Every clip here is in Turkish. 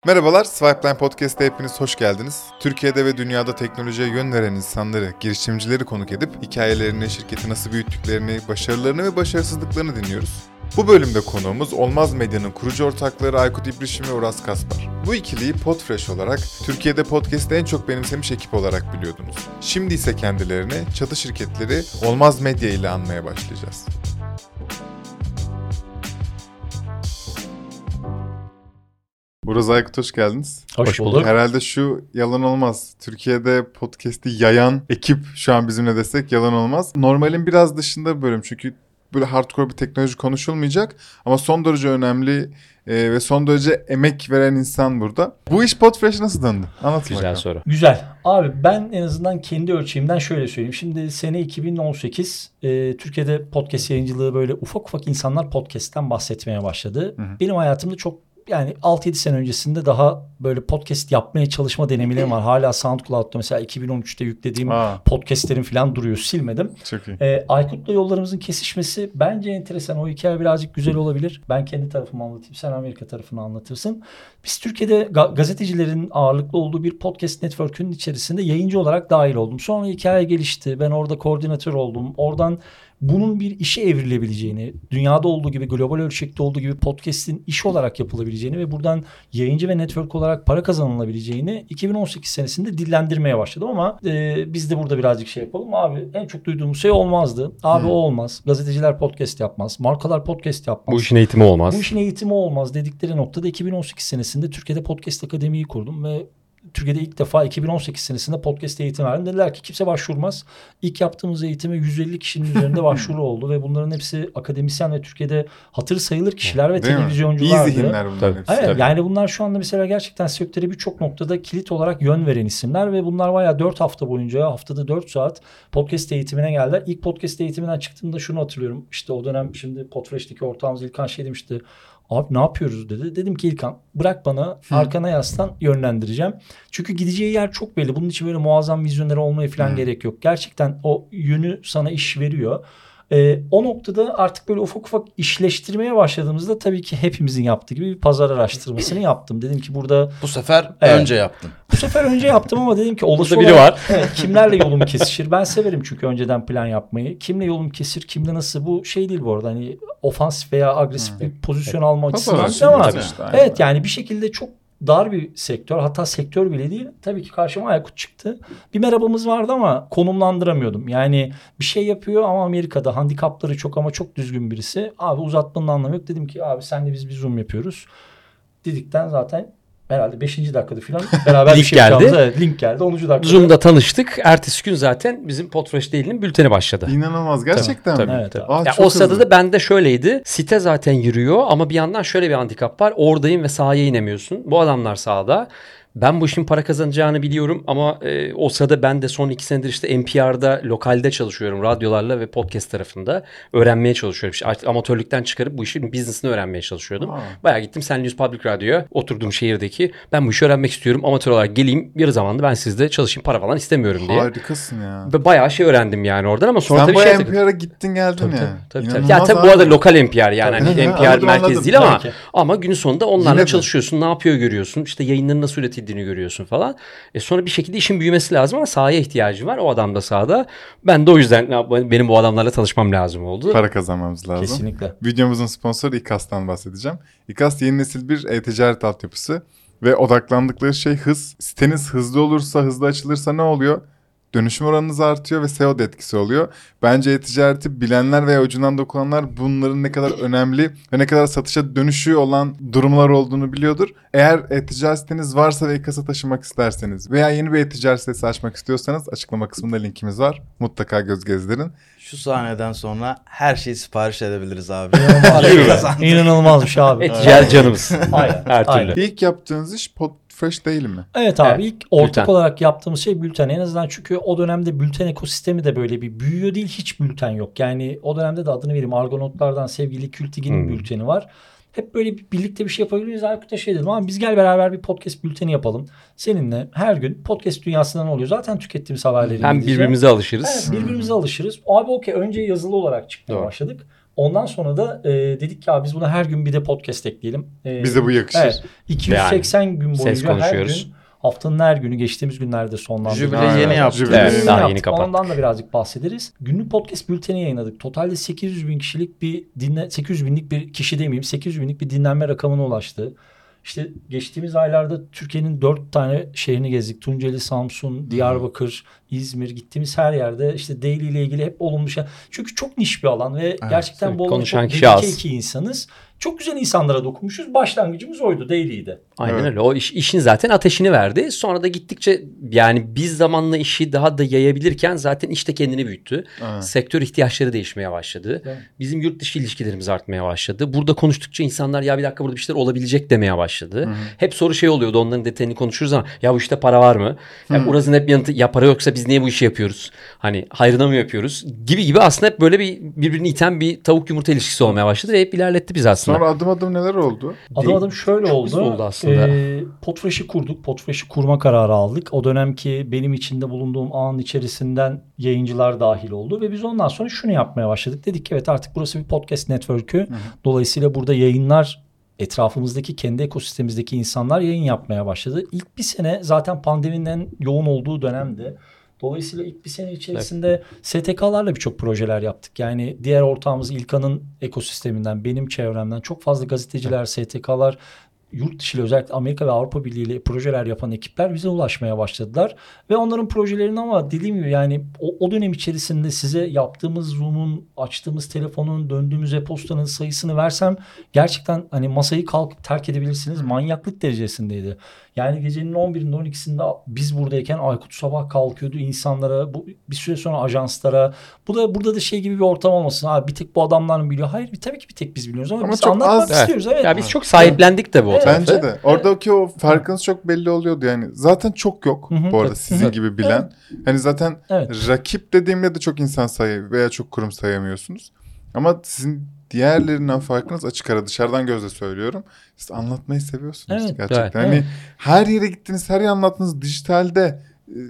Merhabalar, Swipeline Podcast'a hepiniz hoş geldiniz. Türkiye'de ve dünyada teknolojiye yön veren insanları, girişimcileri konuk edip hikayelerini, şirketi nasıl büyüttüklerini, başarılarını ve başarısızlıklarını dinliyoruz. Bu bölümde konuğumuz Olmaz Medya'nın kurucu ortakları Aykut İbrişim ve Uras Kaspar. Bu ikiliyi Podfresh olarak Türkiye'de podcast'ı en çok benimsemiş ekip olarak biliyordunuz. Şimdi ise kendilerini çatı şirketleri Olmaz Medya ile anmaya başlayacağız. Uras, Aykut, hoş geldiniz. Hoş bulduk. Herhalde şu yalan olmaz. Türkiye'de podcast'i yayan ekip şu an bizimle desek yalan olmaz. Normalin biraz dışında bir bölüm çünkü böyle hardcore bir teknoloji konuşulmayacak ama son derece önemli ve son derece emek veren insan burada. Bu iş Podfresh nasıl döndü? Anlatın Güzel bakalım. soru. Güzel. Abi ben en azından kendi ölçeğimden şöyle söyleyeyim. Şimdi sene 2018 Türkiye'de podcast yayıncılığı böyle ufak insanlar podcast'ten bahsetmeye başladı. Hı hı. Benim hayatımda çok yani 6-7 sene öncesinde daha böyle podcast yapmaya çalışma deneyimlerim var. Hala SoundCloud'da mesela 2013'te yüklediğim podcastlerim falan duruyor. Silmedim. Çok iyi. Aykut'la yollarımızın kesişmesi bence enteresan. O hikaye birazcık güzel olabilir. Ben kendi tarafımı anlatayım. Sen Amerika tarafını anlatırsın. Biz Türkiye'de gazetecilerin ağırlıklı olduğu bir podcast network'ünün içerisinde yayıncı olarak dahil oldum. Sonra hikaye gelişti. Ben orada koordinatör oldum. Oradan bunun bir işe evrilebileceğini, dünyada olduğu gibi, global ölçekte olduğu gibi podcast'in iş olarak yapılabileceğini ve buradan yayıncı ve network olarak para kazanılabileceğini 2018 senesinde dillendirmeye başladım ama biz de burada birazcık şey yapalım. Abi en çok duyduğumuz şey olmazdı. Abi o olmaz. Gazeteciler podcast yapmaz. Markalar podcast yapmaz. Bu işin eğitimi olmaz. Bu işin eğitimi olmaz dedikleri noktada 2018 senesinde Türkiye'de Podcast Akademi'yi kurdum ve Türkiye'de ilk defa 2018 senesinde podcast eğitim verdim. Dediler ki kimse başvurmaz. İlk yaptığımız eğitime 150 kişinin üzerinde başvuru oldu ve bunların hepsi akademisyen ve Türkiye'de hatır sayılır kişiler ve televizyonculardı. İyi zihinler bunlar hepsi. Evet, yani bunlar şu anda mesela gerçekten sektöre birçok noktada kilit olarak yön veren isimler ve bunlar bayağı 4 hafta boyunca haftada 4 saat podcast eğitimine geldiler. İlk podcast eğitiminden çıktığımda şunu hatırlıyorum. İşte o dönem şimdi Podfresh'teki ortağımız İlkan şey demişti. Abi ne yapıyoruz dedi. Dedim ki İlkan bırak bana arkana yaslan yönlendireceğim. Çünkü gideceği yer çok belli. Bunun için böyle muazzam vizyonları olmaya falan gerek yok. Gerçekten o yönü sana iş veriyor. O noktada artık böyle ufak işleştirmeye başladığımızda tabii ki hepimizin yaptığı gibi bir pazar araştırmasını yaptım. Dedim ki burada... Bu sefer önce yaptın. Bu sefer önce yaptım ama dedim ki olası burada biri var. Evet, kimlerle yolum kesişir? Ben severim çünkü önceden plan yapmayı. Kimle yolum kesir, kimle nasıl? Bu şey değil bu arada. Hani ofansif veya agresif bir pozisyon alma açısından ama evet yani bir şekilde çok dar bir sektör, hatta sektör bile değil. Tabii ki karşıma Aykut çıktı. Bir merhabamız vardı ama konumlandıramıyordum. Yani bir şey yapıyor ama Amerika'da handikapları çok ama çok düzgün birisi. Abi uzatmanın anlamı yok. Dedim ki abi senle biz bir Zoom yapıyoruz. Dedikten zaten herhalde 5. dakikada falan beraber bir şey yapacağımız. Evet, link geldi 10. dakikada. Zoom'da tanıştık. Ertesi gün zaten bizim Podfresh Daily'nin bülteni başladı. İnanılmaz gerçekten. Tabii. Evet, Ya o sırada da bende şöyleydi. Site zaten yürüyor ama bir yandan şöyle bir handikap var. Oradayım ve sahaya inemiyorsun. Bu adamlar sahada. Ben bu işin para kazanacağını biliyorum ama o sırada ben de son 2 senedir işte NPR'da lokalde çalışıyorum. Radyolarla ve podcast tarafında. Öğrenmeye çalışıyorum. İşte artık amatörlükten çıkarıp bu işin business'ını öğrenmeye çalışıyordum. Bayağı gittim St. Louis Public Radyo'ya, oturduğum şehirdeki. Ben bu işi öğrenmek istiyorum. Amatör olarak geleyim. Bir zamanda ben sizde çalışayım. Para falan istemiyorum diye. Harikasın ya. Ve bayağı şey öğrendim yani oradan ama sonra sen tabii şey NPR'a gittin geldin tabii. ya. Ya tabii bu arada lokal NPR yani hani NPR merkez değil ama günün sonunda onlarla yine çalışıyorsun. Ne yapıyor görüyorsun. İşte yayınların nasıl üretildiğini görüyorsun falan. Sonra bir şekilde işin büyümesi lazım ama sahaya ihtiyacı var. O adam da sahada. Ben de o yüzden benim bu adamlarla tanışmam lazım oldu. Para kazanmamız lazım. Kesinlikle. Videomuzun sponsoru İKAS'tan bahsedeceğim. İKAS yeni nesil bir e-ticaret altyapısı ve odaklandıkları şey hız. Siteniz hızlı olursa, hızlı açılırsa ne oluyor? Dönüşüm oranınız artıyor ve SEO etkisi oluyor. Bence e-ticareti bilenler veya ucundan dokunanlar bunların ne kadar önemli ve ne kadar satışa dönüşü olan durumlar olduğunu biliyordur. Eğer e-ticaret siteniz varsa ve İKAS'a taşımak isterseniz veya yeni bir e-ticaret sitesi açmak istiyorsanız açıklama kısmında linkimiz var. Mutlaka göz gezdirin. Şu sahneden sonra her şeyi sipariş edebiliriz abi. İnanılmazmış abi. E-ticaret canımız. Aynen. Her türlü. Aynen. İlk yaptığınız iş Podfresh değil mi? Evet abi ilk ortak bülten olarak yaptığımız şey bülten. En azından çünkü o dönemde bülten ekosistemi de böyle bir büyüyor değil, hiç bülten yok. Yani o dönemde de adını vereyim, Argonautlardan sevgili Kültigi'nin bülteni var. Hep böyle birlikte bir şey yapabiliriz. Aykut'a şey dedim ama biz gel beraber bir podcast bülteni yapalım. Seninle her gün podcast dünyasında ne oluyor? Zaten tükettiğimiz haberleri Hem birbirimize alışırız. Evet, birbirimize alışırız. Abi okey, önce yazılı olarak çıkmaya başladık. Ondan sonra da dedik ki biz buna her gün bir de podcast ekleyelim. Bize bu yakışır. Evet, 280 gün ses boyunca her konuşuyoruz. gün haftanın her günü geçtiğimiz günlerde sonlandırdık. Jübile Aynen. yeni yaptık. Jübile Evet, yeni daha yaptık. yeni kapattık. Ondan da birazcık bahsederiz. Günlük podcast bülteni yayınladık. Totalde 800 bin kişilik 800 binlik bir kişi demeyeyim, 800 binlik bir dinlenme rakamına ulaştı. İşte geçtiğimiz aylarda Türkiye'nin 4 tane şehrini gezdik. Tunceli, Samsun, Diyarbakır, İzmir. Gittiğimiz her yerde işte daily ile ilgili hep olumlu şey. Çünkü çok niş bir alan ve gerçekten tabii, bu alanda konuşan çok kişi dedike az. iki insanız. Çok güzel insanlara dokunmuşuz. Başlangıcımız oydu, daily'ydi. Aynen Evet. öyle. O işin zaten ateşini verdi. Sonra da gittikçe yani biz zamanla işi daha da yayabilirken zaten iş de kendini büyüttü. Evet. Sektör ihtiyaçları değişmeye başladı. Evet. Bizim yurt dışı ilişkilerimiz artmaya başladı. Burada konuştukça insanlar ya bir dakika burada bir şeyler olabilecek demeye başladı. Hep soru şey oluyordu, onların detayını konuşuruz ama ya bu işte para var mı? Yani Uraz'ın hep yanıtı ya para yoksa biz niye bu işi yapıyoruz? Hani hayrına mı yapıyoruz? Gibi aslında hep böyle birbirini iten bir tavuk yumurta ilişkisi olmaya başladı ve hep ilerletti biz aslında. Sonra adım adım neler oldu? Adım adım şöyle Çok oldu. hızlı oldu aslında. Podfresh'i kurduk. Podfresh'i kurma kararı aldık. O dönemki benim içinde bulunduğum ağın içerisinden yayıncılar dahil oldu. Ve biz ondan sonra şunu yapmaya başladık. Dedik ki evet artık burası bir podcast network'ü. Dolayısıyla burada yayınlar, etrafımızdaki kendi ekosistemimizdeki insanlar yayın yapmaya başladı. İlk bir sene zaten pandeminin en yoğun olduğu dönemdi. Dolayısıyla ilk bir sene içerisinde STK'larla birçok projeler yaptık. Yani diğer ortağımız İlkan'ın ekosisteminden, benim çevremden çok fazla gazeteciler, STK'lar, yurt dışı ile özellikle Amerika ve Avrupa Birliği ile projeler yapan ekipler bize ulaşmaya başladılar. Ve onların projelerinin ama dediğim gibi yani o dönem içerisinde size yaptığımız Zoom'un, açtığımız telefonun, döndüğümüz e-postanın sayısını versem gerçekten hani masayı kalkıp terk edebilirsiniz. Manyaklık derecesindeydi. Yani gecenin 11'inde 12'sinde biz buradayken Aykut sabah kalkıyordu insanlara, bir süre sonra ajanslara. Burada da şey gibi bir ortam olmasın. Bir tek bu adamlar mı biliyor? Hayır, tabii ki bir tek biz biliyoruz ama biz çok anlatmak az. istiyoruz. Evet. Ya biz çok sahiplendik de bu o tarafı. Bence de. Oradaki o farkınız çok belli oluyordu yani. Zaten çok yok bu arada sizin gibi bilen. Hani zaten rakip dediğimde de çok insan veya çok kurum sayamıyorsunuz. Ama sizin diğerlerinden farkınız açık ara, dışarıdan gözle söylüyorum. Siz anlatmayı seviyorsunuz gerçekten. Evet. Hani her yere gittiniz, her yere anlattınız. Dijitalde,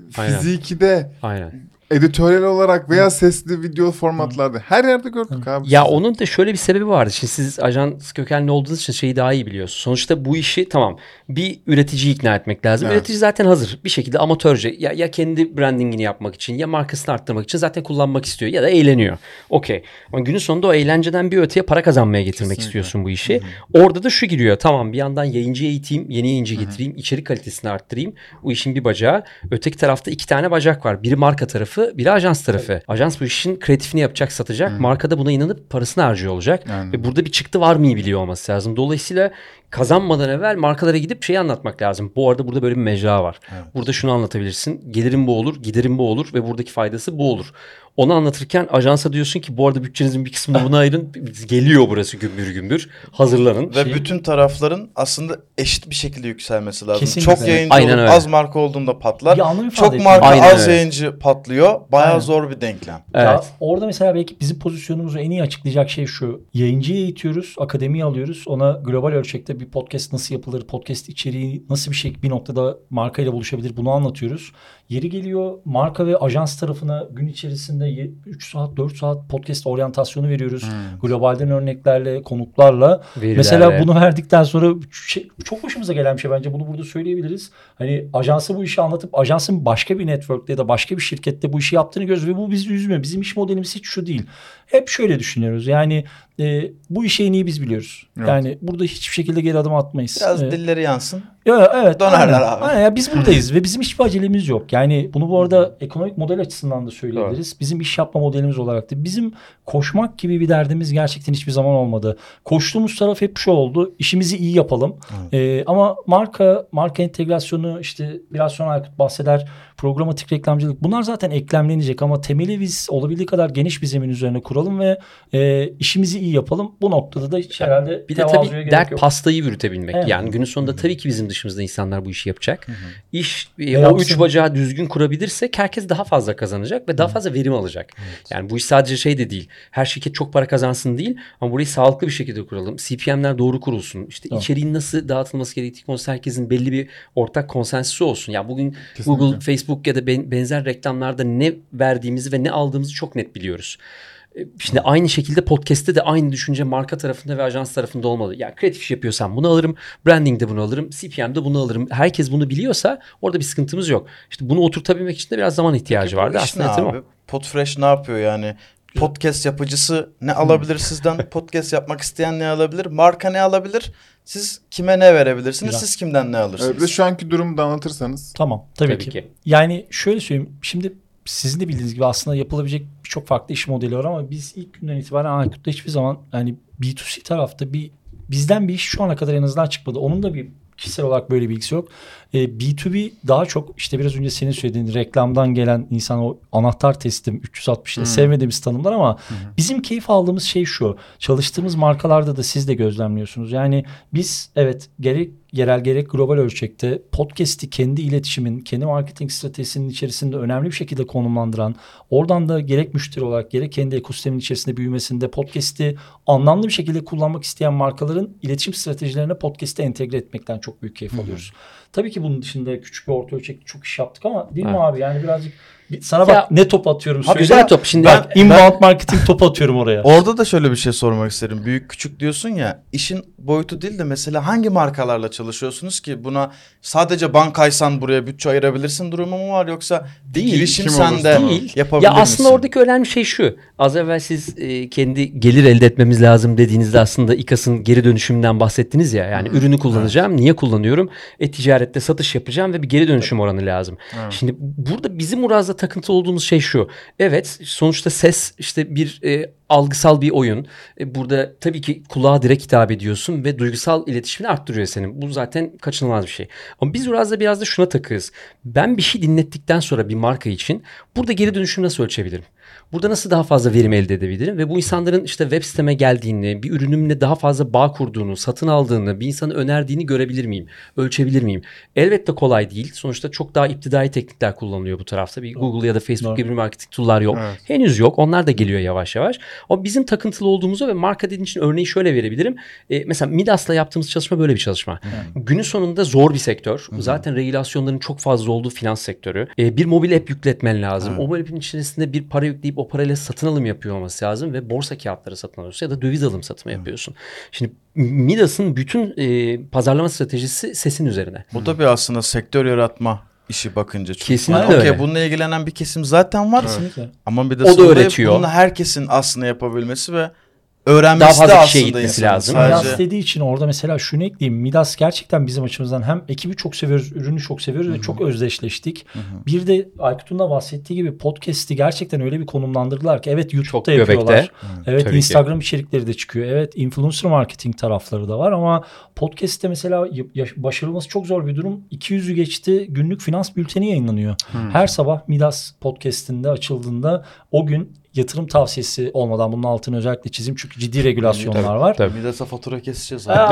fizikide, editoryal olarak veya sesli video formatlarda her yerde gördük abi. Ya sizi. onun da şöyle bir sebebi vardı. Şimdi siz ajans kökenli olduğunuz için şeyi daha iyi biliyorsunuz. Sonuçta bu işi tamam bir üreticiyi ikna etmek lazım. Evet. Üretici zaten hazır. Bir şekilde amatörce ya kendi brandingini yapmak için ya markasını arttırmak için zaten kullanmak istiyor ya da eğleniyor. Okey. Ama günün sonunda o eğlenceden bir öteye para kazanmaya getirmek Kesinlikle. istiyorsun bu işi. Orada da şu giriyor. Tamam bir yandan yayıncı eğiteyim, yeni yayıncı getireyim, içerik kalitesini arttırayım. Bu işin bir bacağı. Öteki tarafta iki tane bacak var. Biri marka tarafı, biri ajans tarafı. Ajans bu işin kreatifini yapacak, satacak. Marka da buna inanıp parasını harcıyor olacak. Aynen. Ve burada bir çıktı var mı biliyor olması lazım. Dolayısıyla kazanmadan evvel markalara gidip şeyi anlatmak lazım. Bu arada burada böyle bir mecra var. Burada şunu anlatabilirsin. Gelirim bu olur, giderim bu olur ve buradaki faydası bu olur. Onu anlatırken ajansa diyorsun ki bu arada bütçenizin bir kısmını buna ayırın. Geliyor burası gümbür gümbür. Hazırlanın. Ve bütün tarafların aslında eşit bir şekilde yükselmesi lazım. Kesinlikle. Çok yayıncı Aynen olup öyle. az marka olduğunda patlar. Bir anlam ifade Çok ediyor. marka Aynen az öyle. yayıncı patlıyor. Bayağı Aynen. zor bir denklem. Ya Evet. orada mesela belki bizim pozisyonumuzu en iyi açıklayacak şey şu. Yayıncıyı eğitiyoruz, akademiyi alıyoruz. Ona global ölçekte bir podcast nasıl yapılır, podcast içeriği nasıl bir noktada markayla buluşabilir bunu anlatıyoruz. Yeri geliyor marka ve ajans tarafına gün içerisinde 3 saat 4 saat podcast oryantasyonu veriyoruz. Globalden örneklerle, konuklarla. Verilerle. Mesela bunu verdikten sonra çok hoşumuza gelen bir şey bence. Bunu burada söyleyebiliriz. Hani ajansa bu işi anlatıp ajansın başka bir network'te ya da başka bir şirkette bu işi yaptığını görüyoruz ve bu bizi üzmüyor. Bizim iş modelimiz hiç şu değil. Hep şöyle düşünüyoruz. Yani bu işi en iyi biz biliyoruz. Evet. Yani burada hiçbir şekilde geri adım atmayız. Biraz dilleri yansın. Evet. Dönerler aynen. abi. Aynen. Ya biz buradayız ve bizim hiçbir acelemiz yok. Yani bunu bu arada ekonomik model açısından da söyleyebiliriz. Bizim iş yapma modelimiz olarak da bizim koşmak gibi bir derdimiz gerçekten hiçbir zaman olmadı. Koştuğumuz taraf hep şu oldu. İşimizi iyi yapalım. Ama marka entegrasyonu işte biraz sonra Aykut bahseder. Programatik reklamcılık bunlar zaten eklemlenecek ama temeli biz olabildiği kadar geniş bir zemin üzerine kuralım ve işimizi iyi yapalım. Bu noktada da hiç herhalde Bir de tevazuya tabii gerek dert yok. pastayı yürütebilmek. Evet. Yani günün sonunda tabii ki bizim dışımızda insanlar bu işi yapacak. İş o yapsın. üç bacağı düzgün kurabilirsek herkes daha fazla kazanacak ve daha fazla verim alacak. Yani bu iş sadece şey de değil. Her şirket çok para kazansın değil ama burayı sağlıklı bir şekilde kuralım. CPM'ler doğru kurulsun. İşte içeriğin nasıl dağıtılması gerektiği konusunda herkesin belli bir ortak konsensüsü olsun. Ya bugün Google, Facebook ya da benzer reklamlarda ne verdiğimizi ve ne aldığımızı çok net biliyoruz. Şimdi aynı şekilde podcast'te de aynı düşünce marka tarafında ve ajans tarafında olmalı. Yani kreatif iş yapıyorsam bunu alırım, branding'de bunu alırım, CPM'de bunu alırım. Herkes bunu biliyorsa orada bir sıkıntımız yok. İşte bunu oturtabilmek için de biraz zaman ihtiyacı vardı. Bu iş Aslında ne yatırım abi? o. Podfresh ne yapıyor yani? Podcast yapıcısı ne alabilir sizden? Podcast yapmak isteyen ne alabilir? Marka ne alabilir? Siz kime ne verebilirsiniz? Güzel. Siz kimden ne alırsınız? Bir de şu anki durumu da anlatırsanız. Tamam tabii, Tabii ki. ki. Yani şöyle söyleyeyim. Şimdi sizin de bildiğiniz gibi aslında yapılabilecek birçok farklı iş modeli var ama biz ilk günden itibaren Aykut'ta hiçbir zaman yani B2C tarafta bizden bir iş şu ana kadar en azından çıkmadı. Onun da bir kişisel olarak böyle bir ilgisi yok. B2B daha çok işte biraz önce senin söylediğin reklamdan gelen insan o anahtar teslim 360'da sevmediğimiz tanımlar ama bizim keyif aldığımız şey şu. Çalıştığımız markalarda da siz de gözlemliyorsunuz. Yani biz evet gerek yerel gerek global ölçekte podcast'i kendi iletişimin, kendi marketing stratejisinin içerisinde önemli bir şekilde konumlandıran, oradan da gerek müşteri olarak gerek kendi ekosistemin içerisinde büyümesinde podcast'i anlamlı bir şekilde kullanmak isteyen markaların iletişim stratejilerine podcast'i entegre etmekten çok büyük keyif alıyoruz. Tabii ki bunun dışında küçük bir orta ölçekli çok iş yaptık ama değil mi abi? Yani birazcık sana bak Ya, ne top atıyorum. Abi güzel top. Şimdi Bak inbound marketing top atıyorum oraya. Orada da şöyle bir şey sormak isterim. Büyük küçük diyorsun ya, işin boyutu değil de mesela hangi markalarla çalışıyorsunuz ki buna sadece bankaysan buraya bütçe ayırabilirsin durumu mu var, yoksa bir Değil, girişim kim sen de olursa değil. yapabilir Ya aslında misin? oradaki önemli şey şu. Az evvel siz kendi gelir elde etmemiz lazım dediğinizde aslında İKAS'ın geri dönüşümünden bahsettiniz ya. Yani ürünü kullanacağım. Niye kullanıyorum? Ticarette satış yapacağım ve bir geri dönüşüm oranı lazım. Şimdi burada bizim Uraz'da takıntı olduğumuz şey şu. Evet, sonuçta ses işte bir algısal bir oyun. Burada tabii ki kulağa direkt hitap ediyorsun ve duygusal iletişimini arttırıyor senin. Bu zaten kaçınılmaz bir şey. Ama biz Uraz'da biraz da şuna takığız. Ben bir şey dinlettikten sonra bir marka için burada geri dönüşümü nasıl ölçebilirim? Burada nasıl daha fazla verim elde edebilirim? Ve bu insanların işte web siteme geldiğini, bir ürünümle daha fazla bağ kurduğunu, satın aldığını, bir insanı önerdiğini görebilir miyim? Ölçebilir miyim? Elbette kolay değil. Sonuçta çok daha iptidai teknikler kullanılıyor bu tarafta. Bir Google ya da Facebook gibi marketing tool'lar yok. Evet. Henüz yok. Onlar da geliyor yavaş yavaş. Ama bizim takıntılı olduğumuzu ve marka dediğin için örneği şöyle verebilirim. Mesela Midas'la yaptığımız çalışma böyle bir çalışma. Günün sonunda zor bir sektör. Zaten regülasyonların çok fazla olduğu finans sektörü. Bir mobil app yükletmen lazım. O mobil app'in içerisinde bir para yükleyip o parayla satın alım yapıyor olması lazım ve borsa kağıtları satın alıyorsun ya da döviz alım satımı yapıyorsun. Şimdi Midas'ın bütün pazarlama stratejisi sesin üzerine. Bu da bir aslında sektör yaratma işi bakınca. Çünkü Kesinlikle okey, öyle. bununla ilgilenen bir kesim zaten var. Kesinlikle. Ama bir de O da sonra öğretiyor. bunu herkesin aslında yapabilmesi ve Daha öğrenmesi fazla de kişiye aslında gitmesi insanın. lazım. Midas Sadece dediği için orada mesela şunu ekleyeyim. Midas gerçekten bizim açımızdan hem ekibi çok seviyoruz, ürünü çok seviyoruz ve çok özdeşleştik. Bir de Aykut'un da bahsettiği gibi podcast'i gerçekten öyle bir konumlandırdılar ki evet YouTube'da Çok yapıyorlar. göbekte. Evet Tabii ki. Instagram içerikleri de çıkıyor. Evet influencer marketing tarafları da var ama podcast'te mesela başarılması çok zor bir durum. 200'ü geçti, günlük finans bülteni yayınlanıyor. Her sabah Midas podcast'inde açıldığında o gün yatırım tavsiyesi olmadan bunun altını özellikle çizeyim çünkü ciddi regülasyonlar var. Tabii. Midas'a fatura keseceğiz abi.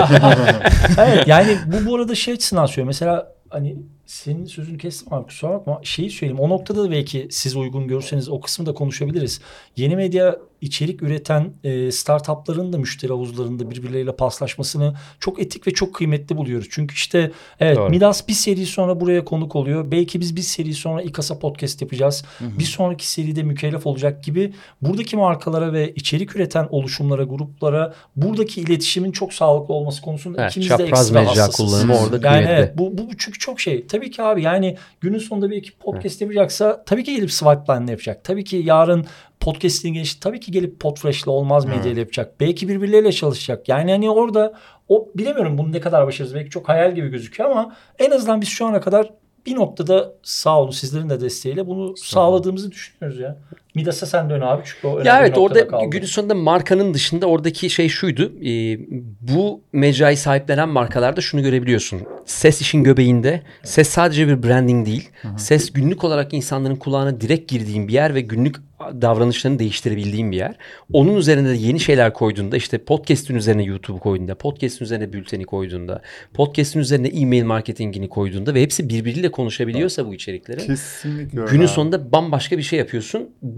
Evet yani bu arada şey açısından söylüyorum. Mesela hani senin sözünü kestim abi kusura bakma. Şeyi söyleyeyim o noktada da belki siz uygun görürseniz o kısmı da konuşabiliriz. Yeni medya içerik üreten startupların da müşteri havuzlarında birbirleriyle paslaşmasını çok etik ve çok kıymetli buluyoruz. Çünkü işte evet Doğru. Midas bir seri sonra buraya konuk oluyor. Belki biz bir seri sonra İKAS'a podcast yapacağız. Bir sonraki seride mükellef olacak gibi buradaki markalara ve içerik üreten oluşumlara, gruplara buradaki iletişimin çok sağlıklı olması konusunda Evet, ikimiz de çapraz ekstra mecra hassasız. kullanımı orada Yani kıymetli. evet bu çünkü çok şey. Tabii ki abi yani günün sonunda bir ekip podcast yapacaksa tabii ki gelip Swipeline'la yapacak. Tabii ki yarın podcast'in gelişi tabii ki gelip Podfresh'le olmaz medyayla yapacak. Belki birbirleriyle çalışacak. Yani hani orada o bilemiyorum bunu ne kadar başarırız. Belki çok hayal gibi gözüküyor ama en azından biz şu ana kadar bir noktada sağ olun sizlerin de desteğiyle bunu sağladığımızı düşünüyoruz ya. Midas'a sen dön abi çünkü o önemli Ya evet bir noktada orada kaldı. günün sonunda markanın dışında oradaki şey şuydu. Bu mecrayı sahiplenen markalarda şunu görebiliyorsun. Ses işin göbeğinde. Ses sadece bir branding değil. Ses günlük olarak insanların kulağına direkt girdiğin bir yer ve günlük davranışlarını değiştirebildiğin bir yer. Onun üzerine de yeni şeyler koyduğunda işte podcast'in üzerine YouTube'u koyduğunda, podcast'in üzerine bülteni koyduğunda, podcast'in üzerine e-mail marketingini koyduğunda ve hepsi birbiriyle konuşabiliyorsa bu içerikleri. Kesinlikle öyle Günün abi. sonunda bambaşka bir şey yapıyorsun. Bu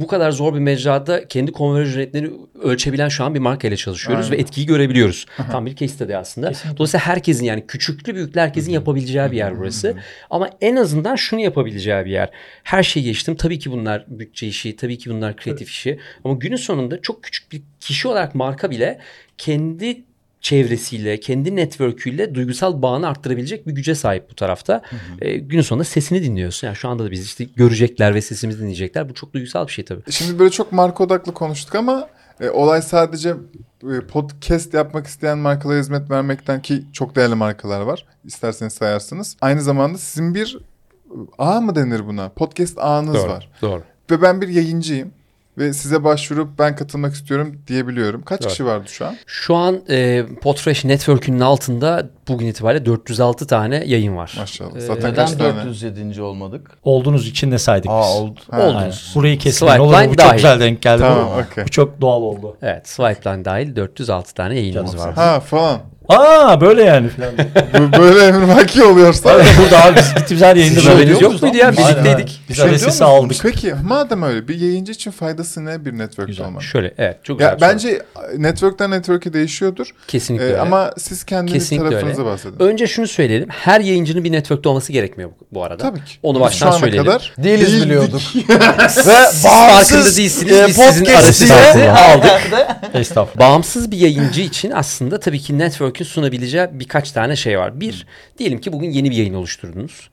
kadar zor bir mecrada kendi konverj ücretlerini ölçebilen şu an bir markayla çalışıyoruz Aynen. ve etkiyi görebiliyoruz. Tam bir case study aslında. Kesinlikle. Dolayısıyla herkesin, yani küçüklü büyüklü herkesin yapabileceği bir yer burası. Ama en azından şunu yapabileceği bir yer. Her şeyi geçtim. Tabii ki bunlar bütçe işi, tabii ki bunlar kreatif işi. Ama günün sonunda çok küçük bir kişi olarak marka bile kendi çevresiyle, kendi network'üyle duygusal bağını arttırabilecek bir güce sahip bu tarafta. Günün sonunda sesini dinliyorsun. Yani şu anda da biz işte görecekler ve sesimizi dinleyecekler. Bu çok duygusal bir şey tabii. Şimdi böyle çok marka odaklı konuştuk ama olay sadece podcast yapmak isteyen markalara hizmet vermekten, ki çok değerli markalar var. İsterseniz sayarsınız. Aynı zamanda sizin bir ağ mı denir buna? Podcast ağınız var. Doğru. Ve ben bir yayıncıyım. Ve size başvurup ben katılmak istiyorum diyebiliyorum. Kaç Doğru. kişi vardı şu an? Şu an Podfresh Network'ünün altında bugün itibariyle 406 tane yayın var. Maşallah. Zaten Neden kaç tane? 407. olmadık? Olduğunuz için de saydık biz. Oldu. Ha. Oldunuz. Burayı kesmeyin. Swipeline Olur, bu dahil. çok güzel denk geldi. Tamam, bu. okey. Bu çok doğal oldu. Evet, Swipeline dahil 406 tane yayınımız Canım var. Ha falan. Böyle yani falan. Böyle emrivaki oluyorsa. Öyle burada abi biz gittiğimiz her yayında Sizin böyle haberiniz diyor yok muyuz muydu lan? ya? Aynen. Birlikteydik. Biz Şey diyor sesi musunuz? aldık. Peki madem öyle, bir yayıncı için faydası ne bir network'te Güzel. olmak? Şöyle, evet, çok güzel Ya bir soru. bence network'ten network'e değişiyordur. Kesinlikle öyle. Ama siz kendiniz Kesinlikle tarafınıza öyle. bahsedin. Önce şunu söyleyelim. Her yayıncının bir network'te olması gerekmiyor bu arada. Tabii ki. Onu Biz baştan şu ana söyleyelim. kadar Değiliz değildik. biliyorduk. Siz Ve farkında değilsiniz. Biz sizin arasınızı aldık. Estağfurullah. Bağımsız bir yayıncı için aslında tabii ki network'ün sunabileceği birkaç tane şey var. Bir, diyelim ki bugün yeni bir yayın oluşturdunuz.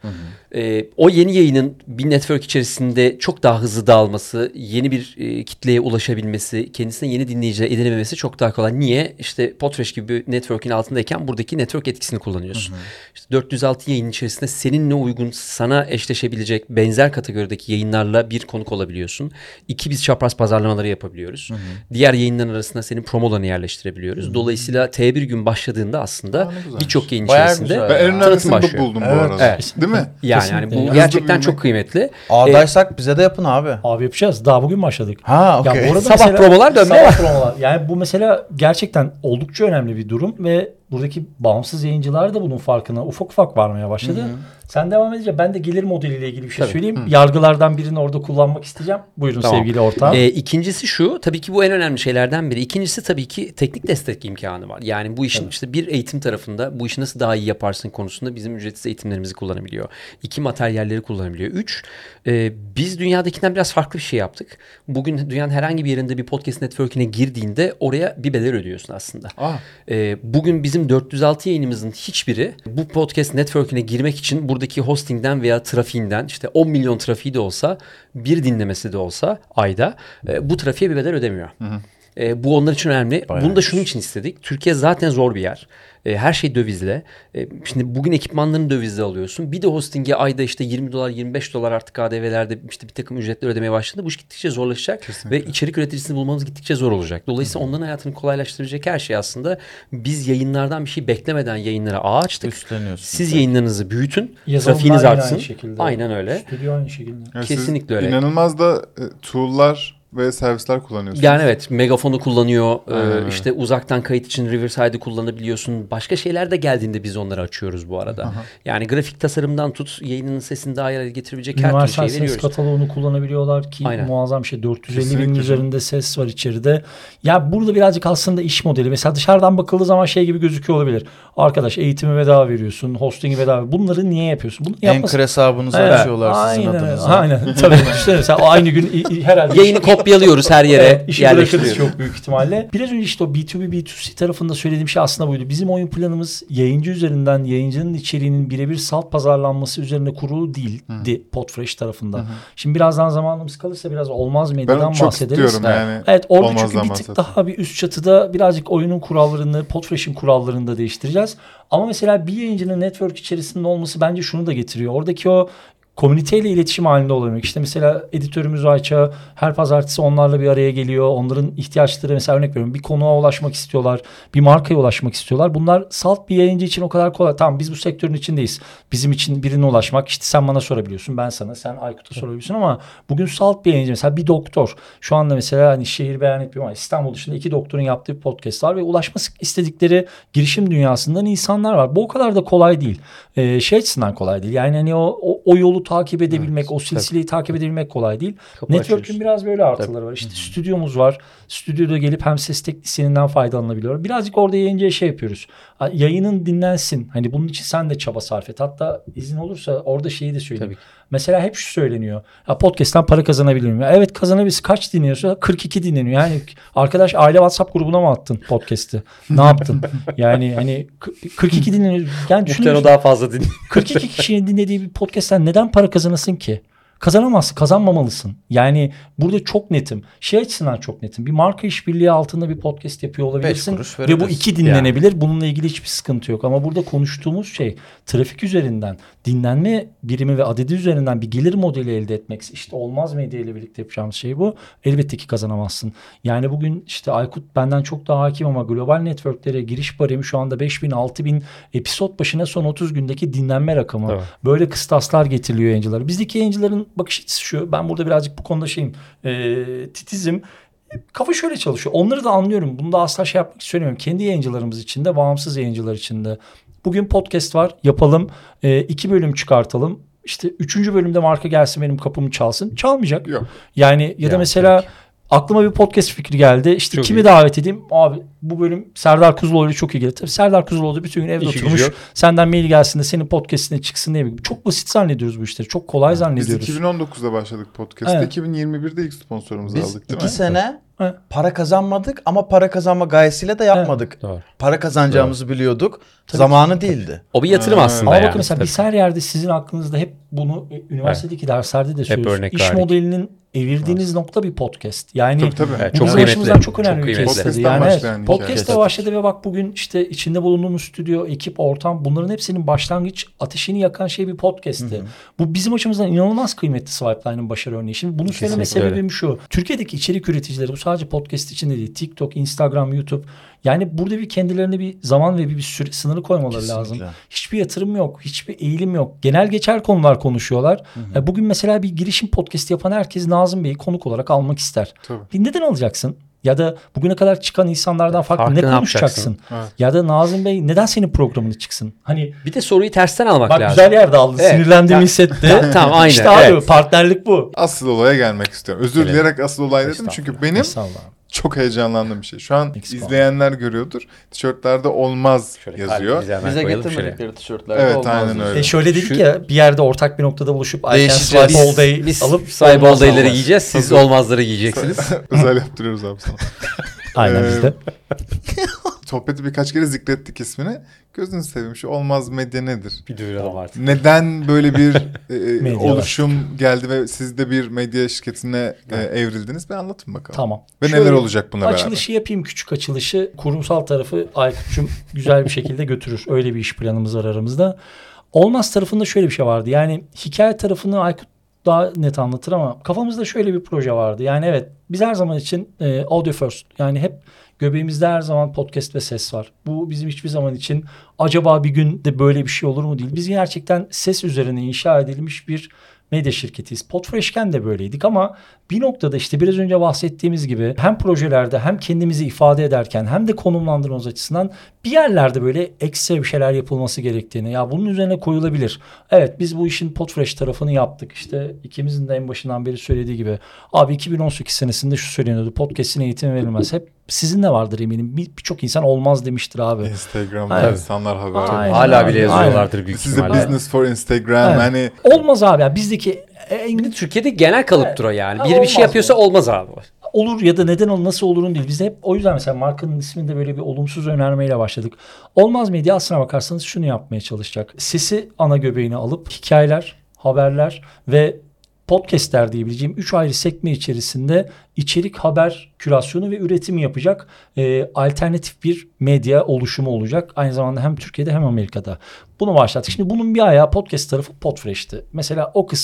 O yeni yayının bir network içerisinde çok daha hızlı dağılması, yeni bir kitleye ulaşabilmesi, kendisine yeni dinleyiciler edinememesi çok daha kolay. Niye? İşte Podfresh gibi bir network'ün altındayken buradaki network etkisini kullanıyorsun. İşte 406 yayın içerisinde seninle uygun, sana eşleşebilecek benzer kategorideki yayınlarla bir konuk olabiliyorsun. İki, biz çapraz pazarlamaları yapabiliyoruz. Diğer yayınların arasında senin promolarını yerleştirebiliyoruz. Dolayısıyla T1 gün başladığında aslında birçok yayın Bayağı içerisinde güzel. Ben en tanıtım önemlisini bu başlıyor. buldum bu Evet. arada. Evet. Değil mi? Yani Kesinlikle. bu Hızlı gerçekten büyümek. çok kıymetli. Ağdaysak bize de yapın abi. Abi yapacağız. Daha bugün başladık. Ha Ya okey. bu arada Sabah mesela- promolar dönmeye Sabah var. promolar. Yani bu mesela gerçekten oldukça önemli bir durum ve buradaki bağımsız yayıncılar da bunun farkına ufak ufak varmaya başladı. Sen devam edince ben de gelir modeliyle ilgili bir şey Tabii. söyleyeyim. Yargılardan birini orada kullanmak isteyeceğim. Buyurun Tamam. sevgili ortağım. İkincisi şu, tabii ki bu en önemli şeylerden biri. İkincisi tabii ki teknik destek imkanı var. Yani bu işin işte bir eğitim tarafında bu işi nasıl daha iyi yaparsın konusunda bizim ücretsiz eğitimlerimizi kullanabiliyor. İki, materyalleri kullanabiliyor. Üç, biz dünyadakinden biraz farklı bir şey yaptık. Bugün dünyanın herhangi bir yerinde bir podcast network'ine girdiğinde oraya bir bedel ödüyorsun aslında. Bugün bizim 406 yayınımızın hiçbiri bu podcast network'ine girmek için buradaki hostingden veya trafiğinden, işte 10 milyon trafiği de olsa, bir dinlemesi de olsa ayda bu trafiğe bir bedel ödemiyor. Bu onlar için önemli. Bunu da şunun için istedik. Türkiye zaten zor bir yer. Her şey dövizle. Şimdi bugün ekipmanlarını dövizle alıyorsun. Bir de hosting'e ayda işte 20 dolar, 25 dolar artık KDV'lerde işte bir takım ücretler ödemeye başladı. Bu iş gittikçe zorlaşacak. Kesinlikle. Ve içerik üreticisini bulmamız gittikçe zor olacak. Dolayısıyla onların hayatını kolaylaştıracak her şey aslında biz yayınlardan bir şey beklemeden yayınlara ağ açtık. Üstleniyorsun. Siz yayınlarınızı büyütün. Yazılımlar Trafiğiniz yine artsın. aynı şekilde. Aynen öyle. Stüdyo aynı şekilde. Yani Kesinlikle siz öyle. İnanılmaz da tool'lar ve servisler kullanıyorsunuz. Yani evet, Megafon'u kullanıyor. Aynen. İşte uzaktan kayıt için Riverside'ı kullanabiliyorsun. Başka şeyler de geldiğinde biz onları açıyoruz bu arada. Yani grafik tasarımdan tut, yayının sesini daha iyi getirebilecek her türlü Universal şey ses veriyoruz. kataloğunu kullanabiliyorlar ki Aynen. muazzam bir şey. 450 Kesinlikle binin canım. üzerinde ses var içeride. Ya burada birazcık aslında iş modeli. Mesela dışarıdan bakıldığı zaman şey gibi gözüküyor olabilir. Arkadaş eğitimi bedava veriyorsun. Hostingi bedava. Bunları niye yapıyorsun? Bunu Anchor hesabınızı Evet. açıyorlar sizin Aynen, adınıza. Aynen. Tabii. Düşünsene mesela o aynı gün herhalde Yayını kopyalıyoruz her yere, evet, işi bırakırız yerleştiriyoruz. çok büyük ihtimalle. Biraz önce işte o B2B, B2C tarafında söylediğim şey aslında buydu. Bizim oyun planımız yayıncı üzerinden yayıncının içeriğinin birebir salt pazarlanması üzerine kurulu değildi Podfresh tarafında. Şimdi birazdan zamanımız kalırsa biraz olmaz medyadan Ben çok bahsederiz. istiyorum yani. Evet orada olmazdan çünkü bir tık bahsettim. daha bir üst çatıda birazcık oyunun kurallarını, Podfresh'in kurallarını da değiştireceğiz. Ama mesela bir yayıncının network içerisinde olması bence şunu da getiriyor. Oradaki o komüniteyle iletişim halinde olabilmek. İşte mesela editörümüz Ayça her pazartesi onlarla bir araya geliyor. Onların ihtiyaçları, mesela örnek veriyorum, bir konuğa ulaşmak istiyorlar. Bir markaya ulaşmak istiyorlar. Bunlar salt bir yayıncı için o kadar kolay. Tamam biz bu sektörün içindeyiz. Bizim için birine ulaşmak, işte sen bana sorabiliyorsun. Ben sana, sen Aykut'a sorabiliyorsun ama bugün salt bir yayıncı, mesela bir doktor. Şu anda mesela hani şehir beyan etmiyorum ama İstanbul dışında 2 doktorun yaptığı bir podcast var ve ulaşması istedikleri girişim dünyasından insanlar var. Bu o kadar da kolay değil. Şey açısından kolay değil. Yani hani o o yolu takip edebilmek, Evet, o silsileyi takip edebilmek kolay değil. Kapı Network'ün açıyorsun. biraz böyle artıları var. İşte stüdyomuz var. Stüdyoda gelip hem ses teknisyeninden faydalanabiliyor. Birazcık orada yayıncıya şey yapıyoruz. Yayının dinlensin. Hani bunun için sen de çaba sarf et. Hatta izin olursa orada şeyi de söyleyeyim. Tabii. Mesela hep şu söyleniyor. Ya podcast'ten para kazanabilir miyim? Ya evet, kazanabilirsin. Kaç dinliyorsa 42 dinleniyor. Yani arkadaş, aile WhatsApp grubuna mı attın podcast'i? Ne yaptın? Yani hani 42 dinleniyor. Yani Muhtemelen düşünüyorsun. o daha fazla dinliyor. 42 kişinin dinlediği bir podcast'ten neden para kazanasın ki? Kazanamazsın, kazanmamalısın. Yani burada çok netim. Şey açısından çok netim. Bir marka işbirliği altında bir podcast yapıyor olabilirsin. 5 kuruş Ve bu veririz. 2 dinlenebilir. Bununla ilgili hiçbir sıkıntı yok. Ama burada konuştuğumuz şey trafik üzerinden, dinlenme birimi ve adedi üzerinden bir gelir modeli elde etmek. İşte Olmaz Medya ile birlikte yapacağımız şey bu. Elbette ki kazanamazsın. Yani bugün işte Aykut benden çok daha hakim ama global networklere giriş baremi şu anda 5.000, 6.000 episod başına son 30 gündeki dinlenme rakamı. Evet. Böyle kıstaslar getiriliyor yayıncılara. Bizdeki yayıncıların bakış açısı şu. Ben burada birazcık bu konuda titizim. Kafa şöyle çalışıyor. Onları da anlıyorum. Bunu da asla şey yapmak istemiyorum. Kendi yayıncılarımız için de, bağımsız yayıncılar için de. Bugün podcast var. Yapalım. 2 bölüm çıkartalım. İşte 3. bölümde marka gelsin benim kapımı çalsın. Çalmayacak. Yok. Yani ya da Yani mesela aklıma bir podcast fikri geldi. İşte Çok kimi iyi. davet edeyim? Abi bu bölüm Serdar Kuzuloğlu çok iyi gelir. Tabii Serdar Kuzuloğlu da bütün gün evde İşi gücü oturmuş. yok. Senden mail gelsin de senin podcast'ine çıksın diye. Çok basit zannediyoruz bu işleri. Çok kolay Biz zannediyoruz. 2019'da başladık podcast'te. Evet. 2021'de ilk sponsorumuzu Biz aldık değil 2 mi? sene Evet. para kazanmadık ama para kazanma gayesiyle de yapmadık. Doğru. Para kazanacağımızı biliyorduk. Tabii Zamanı değildi. O bir yatırım Ha, aslında Ama yani. bakın mesela biz her yerde sizin aklınızda hep bunu üniversitedeki derslerde de söylüyoruz. örnek İş verdik. modelinin evirdiğiniz nokta bir podcast. Yani Tabii tabii. Evet, bu çok bizim kıymetli. açımızdan çok önemli Çok bir kıymetli. case study. Podcast'ten Yani başlayan evet, hikaye. podcast'te başladı ve bak bugün işte içinde bulunduğumuz stüdyo, ekip, ortam, bunların hepsinin başlangıç ateşini yakan şey bir podcast'ti. Bu bizim açımızdan inanılmaz kıymetli Swipeline'ın başarı örneği. Şimdi bunu söyleme Kesinlikle sebebim şu. Türkiye'deki içerik üreticileri, bu sadece podcast için de değil. TikTok, Instagram, YouTube. Yani burada bir kendilerine bir zaman ve bir süre sınırı koymaları Kesinlikle. lazım. Hiçbir yatırım yok. Hiçbir eğilim yok. Genel geçer konular konuşuyorlar. Bugün mesela bir girişim podcast yapan herkes Nazım Bey'i konuk olarak almak ister. Tabii. Neden alacaksın? Ya da bugüne kadar çıkan insanlardan farklı Farklı ne ne konuşacaksın? yapacaksın? Evet. Ya da Nazım Bey neden senin programını çıksın? Hani Bir de soruyu tersten almak bak lazım. güzel yerde aldı. Evet. Sinirlendiğimi hissetti. Tamam, aynen. İşte abi Evet. partnerlik bu. Asıl olaya gelmek istiyorum. Özür Gelelim. dileyerek asıl olay dedim çünkü benim Estağfurullah. çok heyecanlandığım bir şey. Şu an Eksik izleyenler görüyordur. Tişörtlerde olmaz Şöyle yazıyor. kalbimizi hemen Bize koyalım şöyle. getirmedikleri tişörtlerde Evet, olmaz aynen diyorsun. öyle. Şöyle dedik Şu- ya, bir yerde ortak bir noktada buluşup I can Değişeceğiz. swipe all day Biz alıp sahip olmaz oldayları olmaz. yiyeceğiz. Siz Tabii. olmazları yiyeceksiniz. Özel yaptırıyoruz abi sana. Aynen Ee, bizde. Sohbeti birkaç kere zikrettik ismini. Gözünüzü seveyim, şu Olmaz Medya nedir? Bir duyuralım artık. Neden böyle bir Medya oluşum geldi ve siz de bir medya şirketine evrildiniz? Bir anlatın bakalım. Tamam. Ve Şöyle neler olacak bununla beraber? açılışı yapayım, küçük açılışı. Kurumsal tarafı Aykut'cum güzel bir şekilde götürür. Öyle bir iş planımız var aramızda. Olmaz tarafında şöyle bir şey vardı. Yani hikaye tarafını Aykut daha net anlatır ama kafamızda şöyle bir proje vardı. Yani evet, biz her zaman için audio first. Yani hep göbeğimizde her zaman podcast ve ses var. Bu bizim hiçbir zaman için acaba bir gün de böyle bir şey olur mu değil. Biz gerçekten ses üzerine inşa edilmiş bir medya şirketiyiz. Podfresh'ken de böyleydik ama bir noktada işte biraz önce bahsettiğimiz gibi hem projelerde hem kendimizi ifade ederken hem de konumlandırmamız açısından bir yerlerde böyle ekstra bir şeyler yapılması gerektiğini, ya bunun üzerine koyulabilir. Evet, biz bu işin Podfresh tarafını yaptık. İşte ikimizin de en başından beri söylediği gibi abi 2018 senesinde şu söyleniyordu, podcast'in eğitimi verilmez. Hep sizin de vardır eminim. Birçok insan olmaz demiştir abi. Instagram'da Aynen. insanlar haber. Aynen. Hala bile Aynen. yazıyorlardır büyük Siz de ihtimalle. business for Instagram. Evet. Hani Olmaz abi. Yani bizdeki Bir de Türkiye'de genel kalıptır o yani. Biri bir Olmaz şey yapıyorsa bu. olmaz abi. olur ya da neden nasıl olurun değil. Biz de hep o yüzden mesela markanın isminde böyle bir olumsuz önermeyle başladık. Olmaz Medya aslına bakarsanız şunu yapmaya çalışacak. Sesi ana göbeğine alıp hikayeler, haberler ve podcastler diyebileceğim 3 ayrı sekme içerisinde içerik, haber, kürasyonu ve üretimi yapacak alternatif bir medya oluşumu olacak. Aynı zamanda hem Türkiye'de hem Amerika'da. Bunu başlattık. Şimdi bunun bir ayağı podcast tarafı Podfresh'ti. Mesela o kısım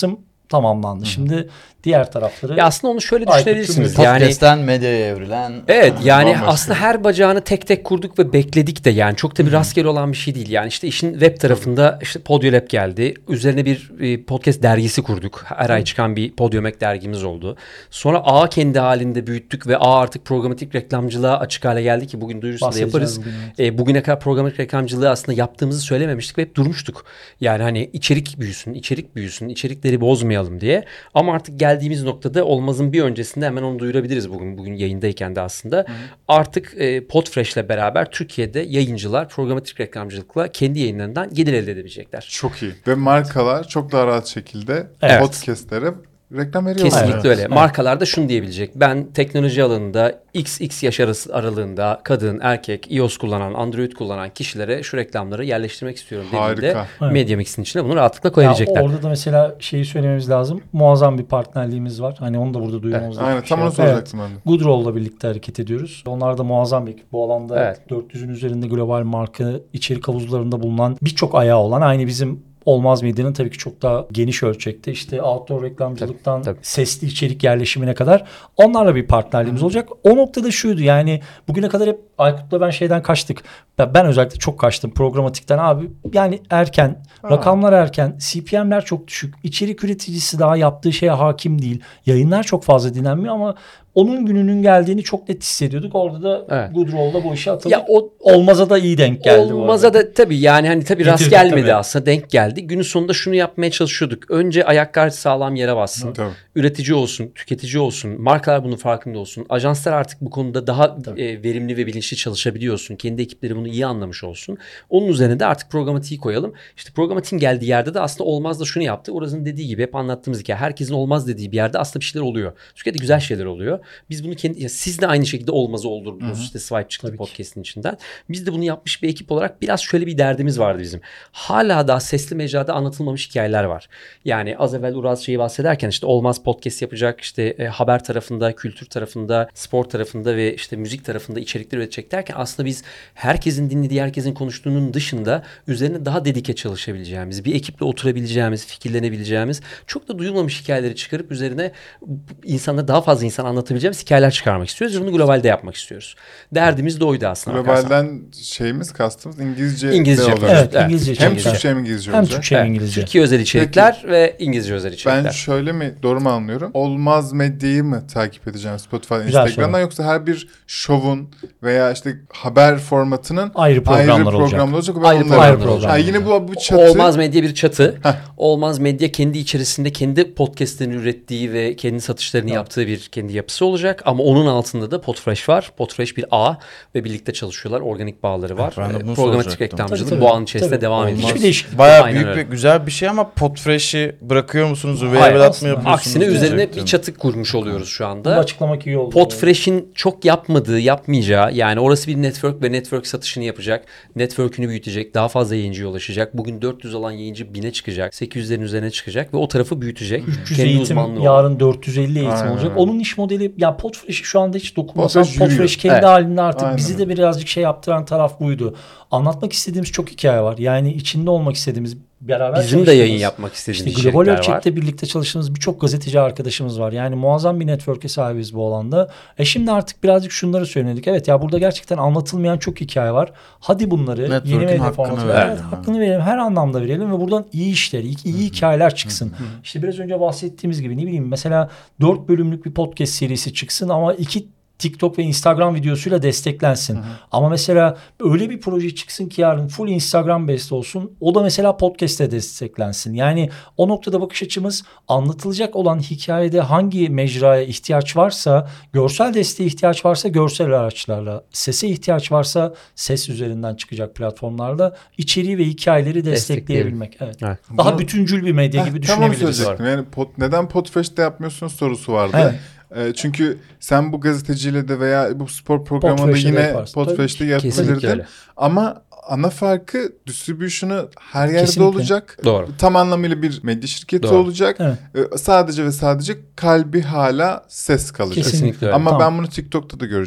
tamamlandı. Şimdi diğer tarafları... Ya aslında onu şöyle Aykut düşünebilirsiniz. Cumhuriyet Yani Podcast'ten medyaya evrilen. evet, yani Bambaşka. aslında her bacağını tek tek kurduk ve bekledik de, yani çok da bir rastgele olan bir şey değil. Yani işte işin web tarafında işte Podyolab geldi. Üzerine bir podcast dergisi kurduk. Her ay çıkan bir Podiomek dergimiz oldu. Sonra A kendi halinde büyüttük ve A artık programatik reklamcılığa açık hale geldi ki bugün duyurusunu da Bahsedeceğiz yaparız. bugün, Bugüne kadar programatik reklamcılığı aslında yaptığımızı söylememiştik ve hep durmuştuk. Yani hani içerik büyüsün, içerikleri bozmayalım diye. Ama artık geldiğimiz noktada olmazın bir öncesinde hemen onu duyurabiliriz bugün yayındayken de aslında. Artık Podfresh'le beraber Türkiye'de yayıncılar programatik reklamcılıkla kendi yayınlarından gelir elde edebilecekler. Çok iyi. Ve markalar çok daha rahat şekilde Evet. podcastlere reklam veriyorlar. Kesinlikle Evet. öyle. Evet. Markalar da şunu diyebilecek. Ben teknoloji alanında XX yaş aralığında kadın, erkek, iOS kullanan, Android kullanan kişilere şu reklamları yerleştirmek istiyorum dediğinde Harika. Evet. Media içine bunu rahatlıkla Ya koyabilecekler. orada da mesela şeyi söylememiz lazım. Muazzam bir partnerliğimiz var. Hani onu da burada duymamız lazım. Aynen, tam onu soracaktım ben de. Goodroll'la birlikte hareket ediyoruz. Onlar da muazzam bir ekip. Bu alanda Evet. 400'ün üzerinde global marka içerik havuzlarında bulunan birçok ayağı olan, aynı bizim Olmaz Medya'nın tabii ki çok daha geniş ölçekte işte outdoor reklamcılıktan Tabii. sesli içerik yerleşimine kadar onlarla bir partnerliğimiz olacak. O noktada şuydu, yani bugüne kadar hep Aykut'la ben şeyden kaçtık. Ben özellikle çok kaçtım programatikten abi. Yani erken, rakamlar erken, CPM'ler çok düşük. İçerik üreticisi daha yaptığı şeye hakim değil. Yayınlar çok fazla dinlenmiyor ama onun gününün geldiğini çok net hissediyorduk. Orada da Evet. Goodroll'la bu işe atıldık. Ya o Olmaz'a da iyi denk geldi bu olmaza arada. da tabii, yani hani tabii rast Getirdik gelmedi tabii. aslında, denk geldi. Günün sonunda şunu yapmaya çalışıyorduk. Önce ayaklar sağlam yere bassın. Tabii. Üretici olsun, tüketici olsun, markalar bunun farkında olsun. Ajanslar artık bu konuda daha Tabii. verimli ve bilinçli çalışabiliyorsun. Kendi ekipleri bunu iyi anlamış olsun. Onun üzerine de artık programatiği koyalım. İşte programatiğin geldiği yerde de aslında Olmaz da şunu yaptı. Uraz'ın dediği gibi, hep anlattığımız hikaye. Herkesin olmaz dediği bir yerde aslında bir şeyler oluyor. Türkiye'de güzel şeyler oluyor. Biz bunu kendi, ya siz de aynı şekilde Olmaz'ı oldurdunuz. İşte Swipe çıktı Tabii ki. podcast'in içinden. Biz de bunu yapmış bir ekip olarak biraz şöyle bir derdimiz vardı bizim. Hala daha sesli mecrada anlatılmamış hikayeler var. Yani az evvel Uraz şeyi bahsederken işte Olmaz podcast yapacak, işte haber tarafında, kültür tarafında, spor tarafında ve işte müzik tarafında içerikler üretecek derken aslında biz herkesin dinlediği, herkesin konuştuğunun dışında üzerine daha dedike çalışabileceğimiz, bir ekiple oturabileceğimiz, fikirlenebileceğimiz, çok da duyulmamış hikayeleri çıkarıp üzerine insanlara daha fazla insan anlatabileceğimiz hikayeler çıkarmak istiyoruz ve bunu globalde yapmak istiyoruz. Derdimiz de oydu aslında. Globalden şeyimiz, kastımız İngilizce İngilizce olacak. Evet, İngilizce Hem içerikler. Türkçe hem İngilizce Hem olacak. Türkçe hem Evet. İngilizce. Türkiye özel içerikler ve İngilizce özel içerikler. Ben şöyle mi, doğru mu anlıyorum? Olmaz Medya'yı mı takip edeceğim Spotify, Güzel Instagram'dan, soru. yoksa her bir şovun veya işte haber formatının Ayrı programlar olacak. olacak. Ben Ayrı onları- programlar olacak. Ha, yine bu çatı. Olmaz Medya bir çatı. Heh. Olmaz Medya kendi içerisinde kendi podcastlerini ürettiği ve kendi satışlarını yaptığı bir kendi yapısı olacak. Ama onun altında da Podfresh var. Podfresh bir ağ ve birlikte çalışıyorlar. Organik bağları var. Ben de bunu Programatik soracaktım. reklamcılık Tabii, bu an içerisinde tabii. devam Olmaz. edecek. Hiçbir değişiklik. Bayağı Aynen büyük öyle. ve güzel bir şey ama Podfresh'i bırakıyor musunuz? Hayır, Available aslında. mı yapıyorsunuz? Aksine üzerine diyecektim. bir çatı kurmuş oluyoruz şu Bunu anda. açıklamak iyi oldu. Podfresh'in çok yapmadığı, yapmayacağı, yani orası bir network ve network satışını yapacak. Network'ünü büyütecek. Daha fazla yayıncıya ulaşacak. Bugün 400 olan yayıncı 1000'e çıkacak. 800'lerin üzerine çıkacak ve o tarafı büyütecek. 300 Kendi eğitim, uzmanlığı olan. yarın 450 eğitim Aynen olacak. öyle. Onun iş modeli, ya Podfresh'i şu anda hiç dokunmasam, Podfresh yürüyor. Podfresh kendi Evet. halinde artık Aynen bizi de birazcık şey yaptıran taraf buydu. Anlatmak istediğimiz çok hikaye var. Yani içinde olmak istediğimiz, beraber Bizim de çalıştığımız, yayın yapmak istediğimiz İşte global içerikler var. ölçekte birlikte çalıştığımız birçok gazeteci arkadaşımız var. Yani muazzam bir network'e sahibiz bu alanda. Şimdi artık birazcık şunları söyledik. Evet ya, burada gerçekten anlatılmayan çok hikaye var. Hadi bunları Network'ün yeni medya hakkını formatı verelim. evet, hakkını verelim. Her anlamda verelim ve buradan iyi işler, iyi hikayeler çıksın. İşte biraz önce bahsettiğimiz gibi, ne bileyim, mesela 4 bölümlük bir podcast serisi çıksın ama 2 TikTok ve Instagram videosuyla desteklensin. Ama mesela öyle bir proje çıksın ki yarın full Instagram based olsun. O da mesela podcast'te desteklensin. Yani o noktada bakış açımız, anlatılacak olan hikayede hangi mecraya ihtiyaç varsa, görsel desteğe ihtiyaç varsa görsel araçlarla, sese ihtiyaç varsa ses üzerinden çıkacak platformlarda içeriği ve hikayeleri destekleyebilmek. Evet. Evet. Daha Bunu- bütüncül bir medya gibi Tamam, düşünebiliriz. söyleyecektim. Yani neden Podfresh'te yapmıyorsunuz sorusu vardı. Evet. Çünkü sen bu gazeteciyle de veya bu spor programında Podfresh'te de yine yaparsın. Podfresh'te Kesinlikle yapabilirdin. öyle. Ama ana farkı distribution'ı her yerde Kesinlikle. olacak. Doğru. Tam anlamıyla bir medya şirketi Doğru. olacak. Evet. Sadece ve sadece kalbi hala ses kalacak. Kesinlikle. Kesinlikle öyle. Ama Tamam. ben bunu TikTok'ta da göreceğim.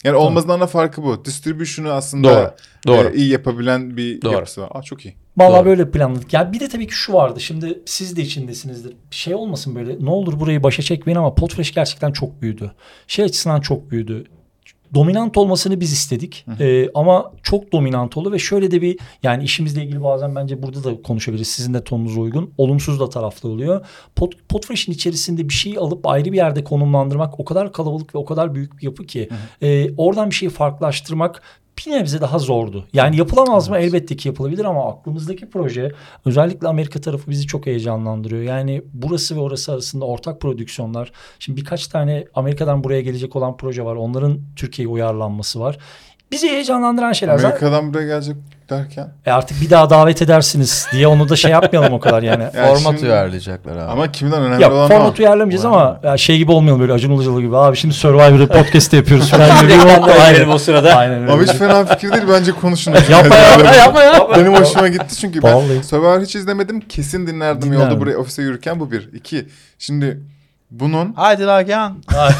Yani olmazdan da farkı bu. Distribution'u aslında Doğru. iyi yapabilen bir Doğru. yapısı var. Çok iyi. Vallahi Doğru. böyle planladık. Ya bir de tabii ki şu vardı. Şimdi siz de içindesinizdir. Şey olmasın böyle. Ne olur burayı başa çekmeyin ama Podfresh gerçekten çok büyüdü. Şey açısından çok büyüdü. Dominant olmasını biz istedik. Ama çok dominant oldu ve şöyle de bir yani işimizle ilgili bazen bence burada da konuşabiliriz. Sizin de tonunuza uygun. Olumsuz da taraflı oluyor. Podfresh'in içerisinde bir şeyi alıp ayrı bir yerde konumlandırmak o kadar kalabalık ve o kadar büyük bir yapı ki oradan bir şeyi farklılaştırmak bir nebze daha zordu. Yani yapılamaz mı? Elbette ki yapılabilir ama aklımızdaki proje özellikle Amerika tarafı bizi çok heyecanlandırıyor. Yani burası ve orası arasında ortak prodüksiyonlar. Şimdi birkaç tane Amerika'dan buraya gelecek olan proje var. Onların Türkiye'ye uyarlanması var. Bizi heyecanlandıran şeyler. Amerika'dan buraya gelecek derken. Artık bir daha davet edersiniz diye onu da şey yapmayalım o kadar yani. Yani Format şimdi- uyarlayacaklar abi. Ama kimden önemli Ya olan format o. uyarlamayacağız ama ya şey gibi olmayalım böyle Acun Ilıcalı gibi. Abi şimdi Survivor'ı podcast yapıyoruz falan gibi. Aynen o sırada. Aynen öyle. Ama hiç fena fikir değil. Bence konuşun. Yapma ya, yapma ya. Benim hoşuma gitti çünkü ben Vallahi. Survivor hiç izlemedim. Kesin dinlerdim Dinlerdim. yolda buraya ofise yürürken. Bu bir. İki. Şimdi bunun Haydi Nagihan.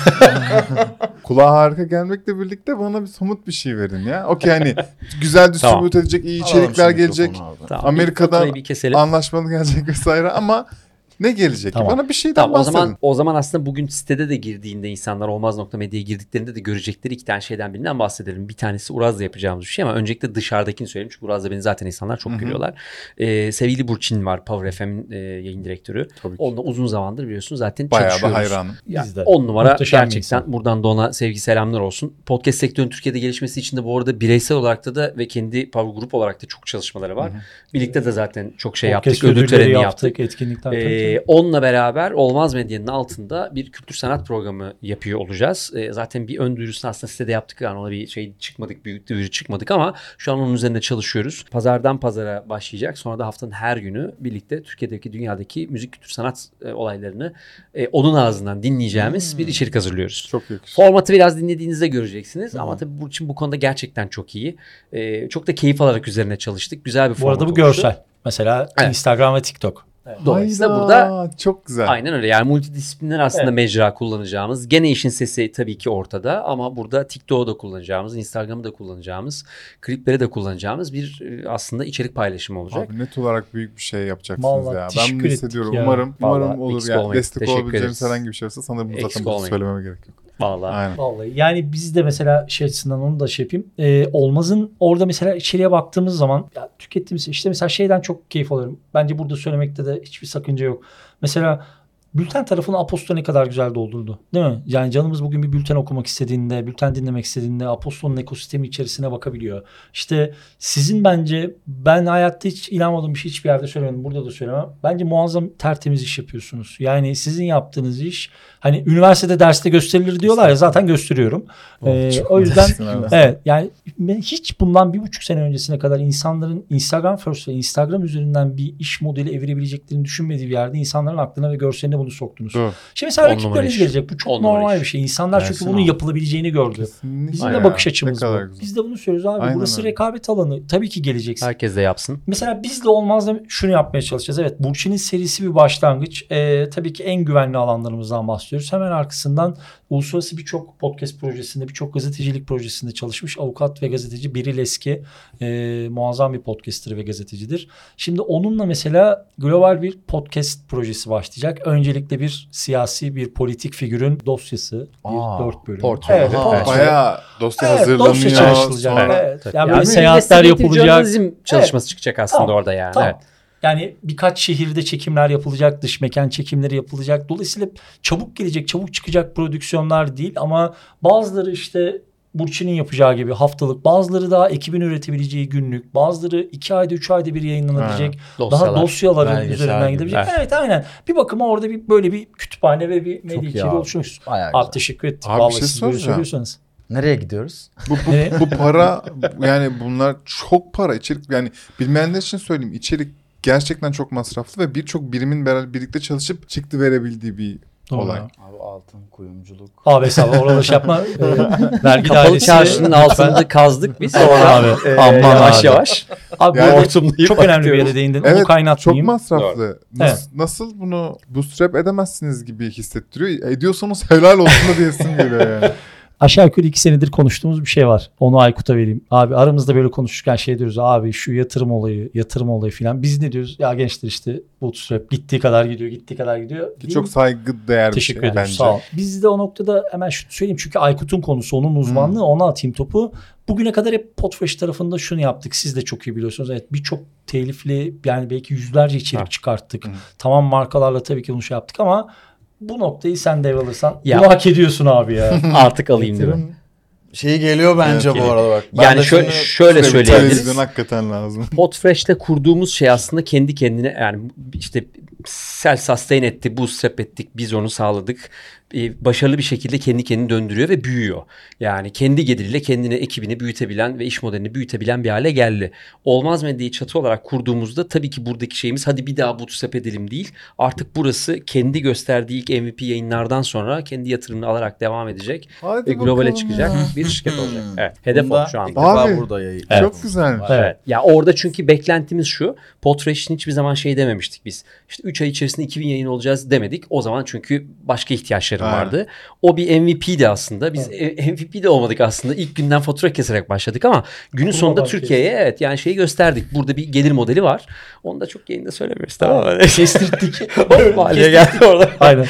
kulağa harika gelmekle birlikte bana bir somut bir şey verin ya. Okey hani güzel distribüt edecek, iyi Alalım içerikler şu gelecek. mikrofonu abi. Tamam, Amerika'dan faturayı bir keselim. Anlaşmalı gelecek vesaire ama ne gelecek? Tamam. Bana bir şeyden Tamam, o bahsedin. zaman aslında bugün sitede de girdiğinde insanlar Olmaz.medya'ya girdiklerinde de görecekleri iki tane şeyden birinden bahsedelim. Bir tanesi Uraz'la yapacağımız bir şey ama öncelikle dışarıdakini söyleyeyim. Çünkü Uraz'la beni zaten insanlar çok görüyorlar. Sevgili Burçin var, Power FM'in yayın direktörü. Tabii ki. Onunla uzun zamandır biliyorsun zaten Bayağı da çalışıyoruz. hayranım. Ya, Biz de. 10 numara Muhteşem bir gerçekten insan. buradan da ona sevgi selamlar olsun. Podcast sektörünün Türkiye'de gelişmesi için de bu arada bireysel olarak da ve kendi Power Grup olarak da çok çalışmaları var. Birlikte de zaten çok şey Podcast yaptık. Ödül ödülleri töreni yaptık. Etkinlikler. tabii. Onunla beraber Olmaz Medya'nın altında bir kültür sanat programı yapıyor olacağız. Zaten bir ön duyurusunu aslında sitede yaptık. Yani ona bir şey çıkmadık, büyük duyuru çıkmadık ama şu an onun üzerinde çalışıyoruz. Pazardan pazara başlayacak. Sonra da haftanın her günü birlikte Türkiye'deki, dünyadaki müzik, kültür, sanat olaylarını onun ağzından dinleyeceğimiz bir içerik hazırlıyoruz. Çok yakışır. Formatı biraz dinlediğinizde göreceksiniz ama tabii Burçin bu konuda gerçekten çok iyi. Çok da keyif alarak üzerine çalıştık. Güzel bir Bu format arada bu oluştu. görsel. Mesela Evet. Instagram ve TikTok. Dolayısıyla Hayda, burada çok güzel. aynen öyle. Yani multidisipliner aslında Evet. mecra kullanacağımız. Gene işin sesi tabii ki ortada ama burada TikTok'u da kullanacağımız, Instagram'ı da kullanacağımız, klipleri de kullanacağımız bir aslında içerik paylaşımı olacak. Abi net olarak büyük bir şey yapacaksınız Vallahi ya. Ben teşekkür bunu ettik hissediyorum. ya. Umarım Vallahi olur eksik yani. olmayın. Destek Teşekkür olabileceğiniz ederiz. herhangi bir şey olsa sanırım Eksik zaten bunu olmayın. söylememe gerek yok. Vallahi. Aynen. Vallahi yani biz de mesela şey açısından onu da şey yapayım. Olmaz'ın orada mesela içeriye baktığımız zaman ya, tükettiğimiz işte mesela şeyden çok keyif alıyorum. Bence burada söylemekte de hiçbir sakınca yok. Mesela bülten tarafını Aposto ne kadar güzel doldurdu. Değil mi? Yani canımız bugün bir bülten okumak istediğinde, bülten dinlemek istediğinde Aposto'nun ekosistemi içerisine bakabiliyor. İşte sizin bence ben hayatta hiç inanmadığım bir şey hiçbir yerde söylemedim. Burada da söylemem. Bence muazzam tertemiz iş yapıyorsunuz. Yani sizin yaptığınız iş hani üniversitede derste gösterilir diyorlar ya zaten gösteriyorum. O yüzden evet yani hiç bundan 1,5 sene öncesine kadar insanların Instagram First ve Instagram üzerinden bir iş modeli evirebileceklerini düşünmediği bir yerde insanların aklına ve görseline bunu soktunuz. Doğru. Şimdi mesela 10 numara rakipleriniz iş. gelecek. Bu çok 10 numara normal iş. bir şey. İnsanlar çünkü Gelsin bunun abi. yapılabileceğini gördü. Kesinlikle Bizim ya. de bakış Ne açımız kadar bu. güzel. Biz de bunu söylüyoruz abi. Aynen Burası öyle. rekabet alanı. Tabii ki geleceksin. Herkes de yapsın. Mesela biz de Olmaz'da şunu yapmaya çalışacağız. Evet, Burçin'in serisi bir başlangıç. Tabii ki en güvenli alanlarımızdan bahsediyoruz. Hemen arkasından uluslararası birçok podcast projesinde, birçok gazetecilik projesinde çalışmış avukat ve gazeteci Beril Eski. Muazzam bir podcaster ve gazetecidir. Şimdi onunla mesela global bir podcast projesi başlayacak. Öncelikle bir siyasi, bir politik figürün dosyası. Aa, 4 bölüm. portföy. Evet, Aha. portföy. Bayağı dosya Evet, hazırlanıyor. dosya çalışılacak. Sonra... Evet. Yani Yani böyle seyahatler investigative yapılacak. journalism çalışması çıkacak aslında Tamam. orada yani. Tamam. Evet. Yani birkaç şehirde çekimler yapılacak, dış mekan çekimleri yapılacak. Dolayısıyla çabuk gelecek, çabuk çıkacak prodüksiyonlar değil ama bazıları işte Burçin'in yapacağı gibi haftalık, bazıları daha ekibin üretebileceği günlük, bazıları 2 ayda 3 ayda bir yayınlanabilecek. Dosyalar. Daha dosyaların belgesel üzerinden gibi. gidebilecek. Evet. Evet aynen. Bir bakıma orada bir böyle bir kütüphane ve bir medya iyi içeriği abi. oluşmuş. Bayağı Abi güzel. teşekkür ettim. Abi bir Vallahi şey siz böyle soracağım. söylüyorsanız. Nereye gidiyoruz? Bu para yani bunlar çok para. İçerik yani bilmeyenler için söyleyeyim. İçerik gerçekten çok masraflı ve birçok birimin beraber birlikte çalışıp çıktı verebildiği bir Doğru. olay. Abi altın kuyumculuk. Abi hesabı oraları şey yapma. Vergi Kapalı dairesi. çarşının altında kazdık biz. Aman Sonra abi, aman yavaş abi. yavaş. Abi Yani- bu Hortumlayıp çok önemli bir yere bakıyoruz. değindin. Onu Evet çok kaynatmayayım. masraflı. Evet. Nasıl bunu bootstrap edemezsiniz gibi hissettiriyor. Ediyorsanız helal olsun da diyesim geliyor yani. Aşağı yukarı 2 senedir konuştuğumuz bir şey var. Onu Aykut'a vereyim. Abi aramızda böyle konuşurken şey diyoruz. Abi şu yatırım olayı filan. Biz ne diyoruz? Ya gençler işte bootstrap gittiği kadar gidiyor. Ki çok saygıdeğer bir şey Teşekkür ederim. bence. Sağ ol. Biz de o noktada hemen şunu söyleyeyim. Çünkü Aykut'un konusu, onun uzmanlığı. Ona atayım topu. Bugüne kadar hep Podfresh tarafında şunu yaptık. Siz de çok iyi biliyorsunuz. Evet, birçok telifli, yani belki yüzlerce içerik çıkarttık. Tamam, markalarla tabii ki bunu şey yaptık ama bu noktayı sen devralırsan bunu hak ediyorsun abi ya. Artık alayım değil mi? Şeyi geliyor bence Evet, bu arada bak. Ben Yani de şöyle Televizyon söyleyebiliriz. hakikaten lazım. Podfresh'te kurduğumuz şey aslında kendi kendine, yani işte self-sustain etti, bootstrap ettik, biz onu sağladık. Başarılı bir şekilde kendi kendini döndürüyor ve büyüyor. Yani kendi geliriyle kendine ekibini büyütebilen ve iş modelini büyütebilen bir hale geldi. Olmaz Medya'yı çatı olarak kurduğumuzda tabii ki buradaki şeyimiz hadi bir daha bootstrap edelim değil. Artık burası kendi gösterdiği ilk MVP yayınlardan sonra kendi yatırımını alarak devam edecek Hadi ve globale bakalım çıkacak ya. bir şirket olacak. Evet, hedef Bunda o şu ilk anda. defa Abi, burada yayın. Çok güzelmiş. Evet. Ya orada çünkü beklentimiz şu. Podfresh'in hiçbir zaman şey dememiştik biz. İşte 3 ay içerisinde 2000 yayın olacağız demedik. O zaman çünkü başka ihtiyaçlarım Ha. vardı. O bir MVP'di aslında. Biz MVP de olmadık aslında. İlk günden fatura keserek başladık ama günün sonunda Türkiye'ye evet yani şeyi gösterdik. Burada bir gelir modeli var. Onu da çok yayında söylemiyoruz, tamam mı? Kestirdik. Mahalleye geldi orada. Aynen.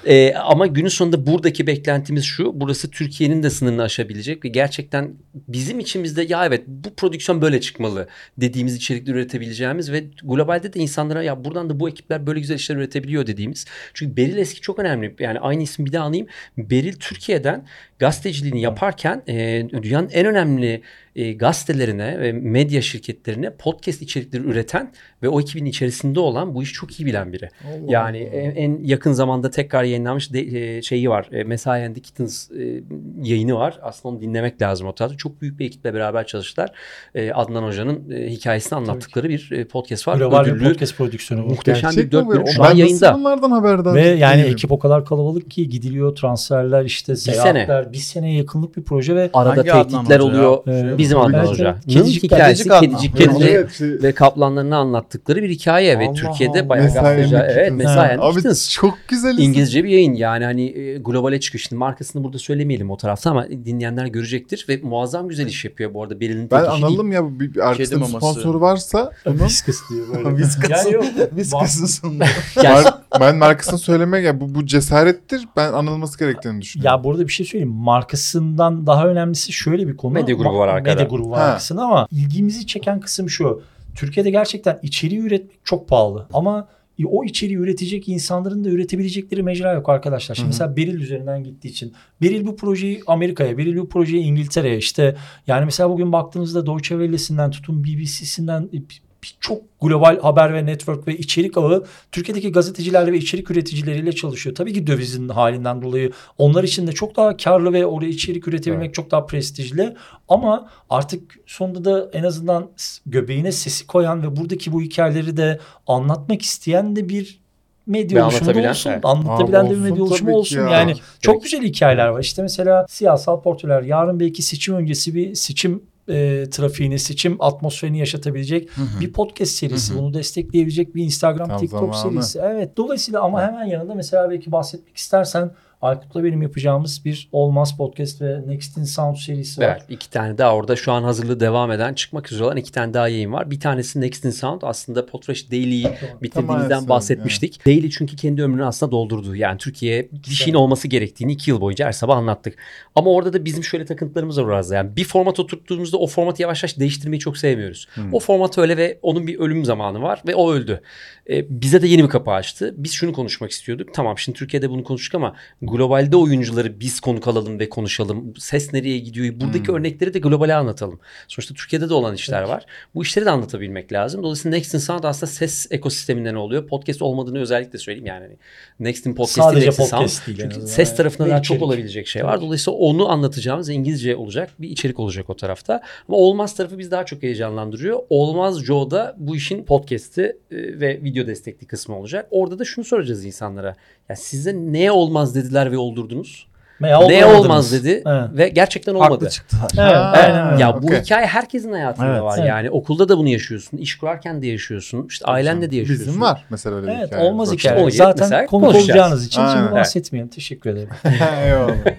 Ama günün sonunda buradaki beklentimiz şu. Burası Türkiye'nin de sınırını aşabilecek ve gerçekten bizim içimizde ya evet bu prodüksiyon böyle çıkmalı dediğimiz içerikleri üretebileceğimiz ve globalde de insanlara ya buradan da bu ekipler böyle güzel işler üretebiliyor dediğimiz. Çünkü Beril Eski çok önemli. Yani aynı ismi bir daha anayım. Beril Türkiye'den gazeteciliğini yaparken dünyanın en önemli gazetelerine ve medya şirketlerine podcast içerikleri üreten ve o ekibin içerisinde olan, bu işi çok iyi bilen biri. Yani en yakın zamanda tekrar yayınlanmış şeyi var. Mesai and the Kittens yayını var. Aslında onu dinlemek lazım o tarafta. Çok büyük bir ekiple beraber çalıştılar. Adnan Hoca'nın hikayesini anlattıkları bir podcast var. Global bir Ödüllü, podcast prodüksiyonu bu. muhteşem Gerçek bir 4 mi? bölüm şu Ben an nasıl yayında. bunlardan haberdar Ve yani değilim? ekip o kadar kalabalık ki gidiliyor, transferler işte seyahatler. Bir seneye yakınlık bir proje ve Arada Hangi Adnan tehditler Hoca oluyor. ya? Bizim Evet, Adnan evet. Hoca'nın Kedicik hikayesi, Adnan. kediciklerini Evet, şey- ve kaplanlarını anlattıkları bir hikaye ve Allah Türkiye'de Allah. bayağı Mesai gazeteci. and the Evet, Kittens. Mesai and the Abi Kittens. çok güzel. İngilizce bir yayın yani hani globale çıkış. Şimdi markasını burada söylemeyelim o tarafta ama dinleyenler görecektir ve muazzam güzel iş yapıyor bu arada. Beril'in Ben tek işi değil. analım ya bir arkasında maması. sponsoru varsa bunun Whiskas diyor böyle. Whiskas. Yani yok. Whiskas sonunda. Yani ben markasını söylemek ya bu cesarettir. Ben anılması gerektiğini düşünüyorum. Ya burada bir şey söyleyeyim. Markasından daha önemlisi şöyle bir konu. Medya grubu var arkada. Medya grubu var Ha. arkasında ama ilgimizi çeken kısım şu. Türkiye'de gerçekten içeriği üretmek çok pahalı. Ama o içeriği üretecek insanların da üretebilecekleri mecra yok arkadaşlar. Şimdi mesela Beril üzerinden gittiği için. Beril bu projeyi Amerika'ya, Beril bu projeyi İngiltere'ye işte yani mesela bugün baktığınızda Deutsche Welle'sinden tutun BBC'sinden çok global haber ve network ve içerik ağı Türkiye'deki gazetecilerle ve içerik üreticileriyle çalışıyor. Tabii ki dövizin halinden dolayı onlar için de çok daha karlı ve oraya içerik üretebilmek çok daha prestijli. Ama artık sonunda da en azından göbeğine sesi koyan ve buradaki bu hikayeleri de anlatmak isteyen de bir medya Ve oluşumu da anlatabilen, olsun. evet. Anlatabilen de bir Olsun medya oluşumu tabii ki olsun. ya. Yani Gerek. çok güzel hikayeler var. İşte mesela siyasal portreler. Yarın belki seçim öncesi bir seçim trafiğini, seçim atmosferini yaşatabilecek bir podcast serisi. Bunu destekleyebilecek bir Instagram, Tam TikTok zamanı. serisi. Evet. Dolayısıyla ama hemen yanında mesela belki bahsetmek istersen Aykut'la benim yapacağımız bir Olmaz Podcast ve Next in Sound serisi var. evet, 2 tane daha orada şu an hazırlığı devam eden, çıkmak üzere olan 2 tane daha yayın var. Bir tanesi Next in Sound, aslında Podfresh Daily'yi bitirdiğimizden Tamam, bahsetmiştik. Daily çünkü kendi ömrünü aslında doldurdu. Yani Türkiye'ye bir şeyin olması gerektiğini 2 yıl boyunca her sabah anlattık. Ama orada da bizim şöyle takıntılarımız var biraz. Yani bir format oturttuğumuzda o formatı yavaş yavaş değiştirmeyi çok sevmiyoruz. O format öyle ve onun bir ölüm zamanı var ve o öldü. Bize de yeni bir kapı açtı. Biz şunu konuşmak istiyorduk. Tamam, şimdi Türkiye'de bunu konuştuk ama globalde oyuncuları biz konuk alalım ve konuşalım. Ses nereye gidiyor? Buradaki örnekleri de globale anlatalım. Sonuçta Türkiye'de de olan işler var. Bu işleri de anlatabilmek lazım. Dolayısıyla Next in Sound aslında ses ekosisteminden oluyor. Podcast olmadığını özellikle söyleyeyim yani. Next in Podcast Sadece Next in podcast Sound. değil en Çünkü azından. ses tarafında Ve daha çok içerik. olabilecek şey var. Dolayısıyla onu anlatacağımız İngilizce olacak bir içerik olacak o tarafta. Ama Olmaz tarafı bizi daha çok heyecanlandırıyor. Olmaz Joe'da bu işin podcast'i ve video destekli kısmı olacak. Orada da şunu soracağız insanlara. Ya size ne olmaz dediler ve oldurdunuz? Ne olmaz dedi ve gerçekten olmadı. Haklı çıktılar. Evet, aynen öyle. Ya bu okey. hikaye herkesin hayatında Evet, var. evet. Yani okulda da bunu yaşıyorsun, iş kurarken de yaşıyorsun, işte ailenle de yaşıyorsun. Bizim var mesela öyle bir Evet, hikaye. olmaz Bak- hikaye. O Zaten mesela konuk konuşacağız. olacağınız için Aynen. şimdi bahsetmeyelim. Teşekkür ederim. Eyvallah.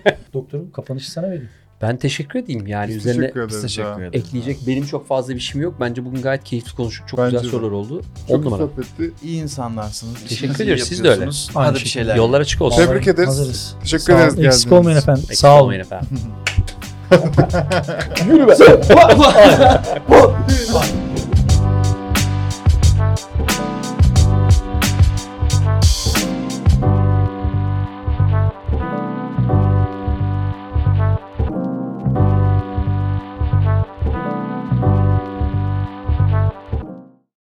Doktorum kapanışı sana vereyim. Ben teşekkür edeyim. Yani Biz üzerine teşekkür ederiz. Biz teşekkür ya. ederiz. ekleyecek benim çok fazla bir şeyim yok. Bence bugün gayet keyifli konuştuk. Çok Bence güzel de. sorular oldu. 10 Çok iyi numara. sohbetti. İyi insanlarsınız. Teşekkür İşinizi iyi ediyoruz. Siz de öyle. yapıyorsunuz. Aynı Hadi bir şekilde. şeyler. Yollar açık olsun. Tebrik ederiz. Hazırız. Teşekkür Sağ ol. ederiz Eksik geldiğiniz olmayın için. efendim. Eksik Sağ olun. olmayın efendim. Yürü be.